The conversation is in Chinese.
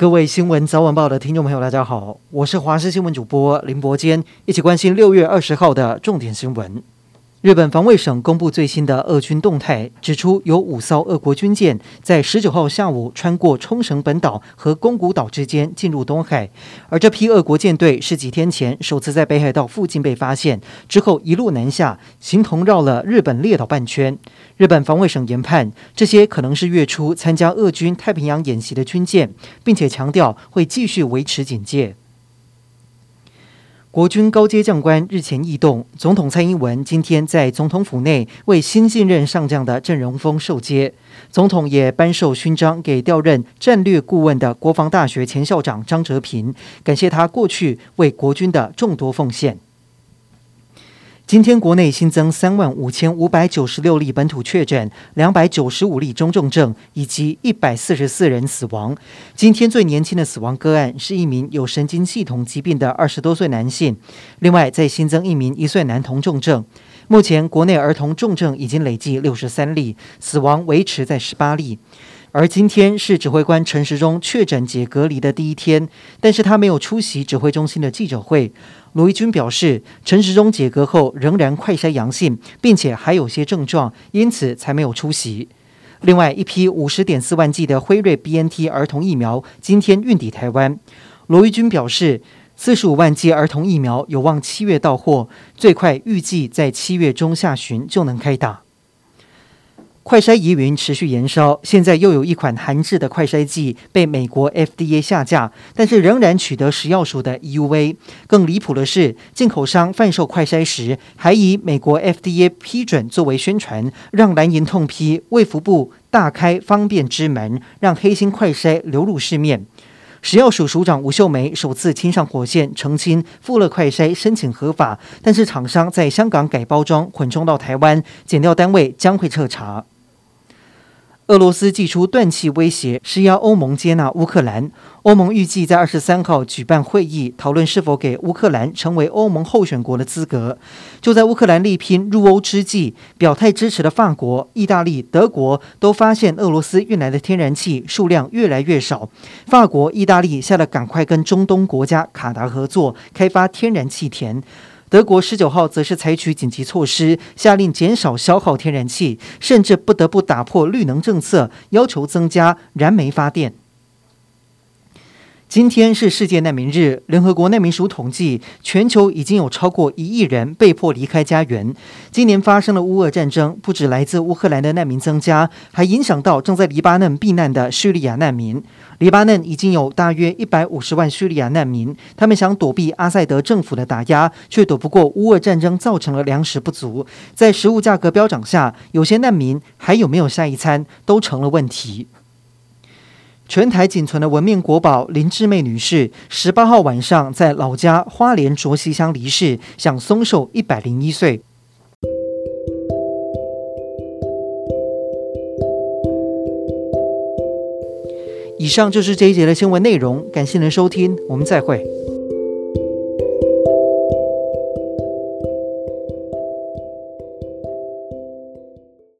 各位新闻早晚报的听众朋友，大家好，我是华视新闻主播林伯坚，一起关心6月20号的重点新闻。日本防卫省公布最新的俄军动态，指出有5艘俄国军舰在19号下午穿过冲绳本岛和宫古岛之间进入东海，而这批俄国舰队是几天前首次在北海道附近被发现，之后一路南下，形同绕了日本列岛半圈。日本防卫省研判，这些可能是月初参加俄军太平洋演习的军舰，并且强调会继续维持警戒。国军高阶将官日前异动，总统蔡英文今天在总统府内为新晋任上将的郑荣丰授阶，总统也颁授勋章给调任战略顾问的国防大学前校长张哲平，感谢他过去为国军的众多奉献。今天国内新增35,596例本土确诊，295例中重症，以及144人死亡。今天最年轻的死亡个案是一名有神经系统疾病的20多岁男性，另外再新增一名1岁男童重症。目前国内儿童重症已经累计63例，死亡维持在18例。而今天是指挥官陈时中确诊解隔离的第一天，但是他没有出席指挥中心的记者会。罗一军表示，陈时中解隔后仍然快筛阳性，并且还有些症状，因此才没有出席。另外一批50.4万剂的辉瑞 BNT 儿童疫苗今天运抵台湾。罗一军表示，45万剂儿童疫苗有望7月到货，最快预计在7月中下旬就能开打。快筛疑云持续延烧，现在又有一款韩制的快筛剂被美国 FDA 下架，但是仍然取得食药署的 EUA。更离谱的是，进口商贩售快筛时，还以美国 FDA 批准作为宣传，让蓝营痛批卫福部大开方便之门，让黑心快筛流入市面。食药署署长吴秀梅首次亲上火线澄清富乐快筛申请合法，但是厂商在香港改包装混装到台湾，检调单位将会彻查。俄罗斯祭出断气威胁，施压欧盟接纳乌克兰。欧盟预计在23号举办会议，讨论是否给乌克兰成为欧盟候选国的资格。就在乌克兰力拼入欧之际，表态支持的法国、意大利、德国都发现俄罗斯运来的天然气数量越来越少。法国、意大利吓得赶快跟中东国家卡达合作，开发天然气田。德国19号则是采取紧急措施，下令减少消耗天然气，甚至不得不打破绿能政策，要求增加燃煤发电。今天是世界难民日，联合国难民署统计，全球已经有超过1亿人被迫离开家园。今年发生了乌俄战争，不止来自乌克兰的难民增加，还影响到正在黎巴嫩避难的叙利亚难民。黎巴嫩已经有大约150万叙利亚难民，他们想躲避阿塞德政府的打压，却躲不过乌俄战争造成了粮食不足。在食物价格飙涨下，有些难民还有没有下一餐都成了问题。全台仅存的文面国宝林志妹女士18号晚上在老家花莲卓溪乡离世，享松寿101岁。以上就是这一节的新闻内容，感谢您的收听，我们再会。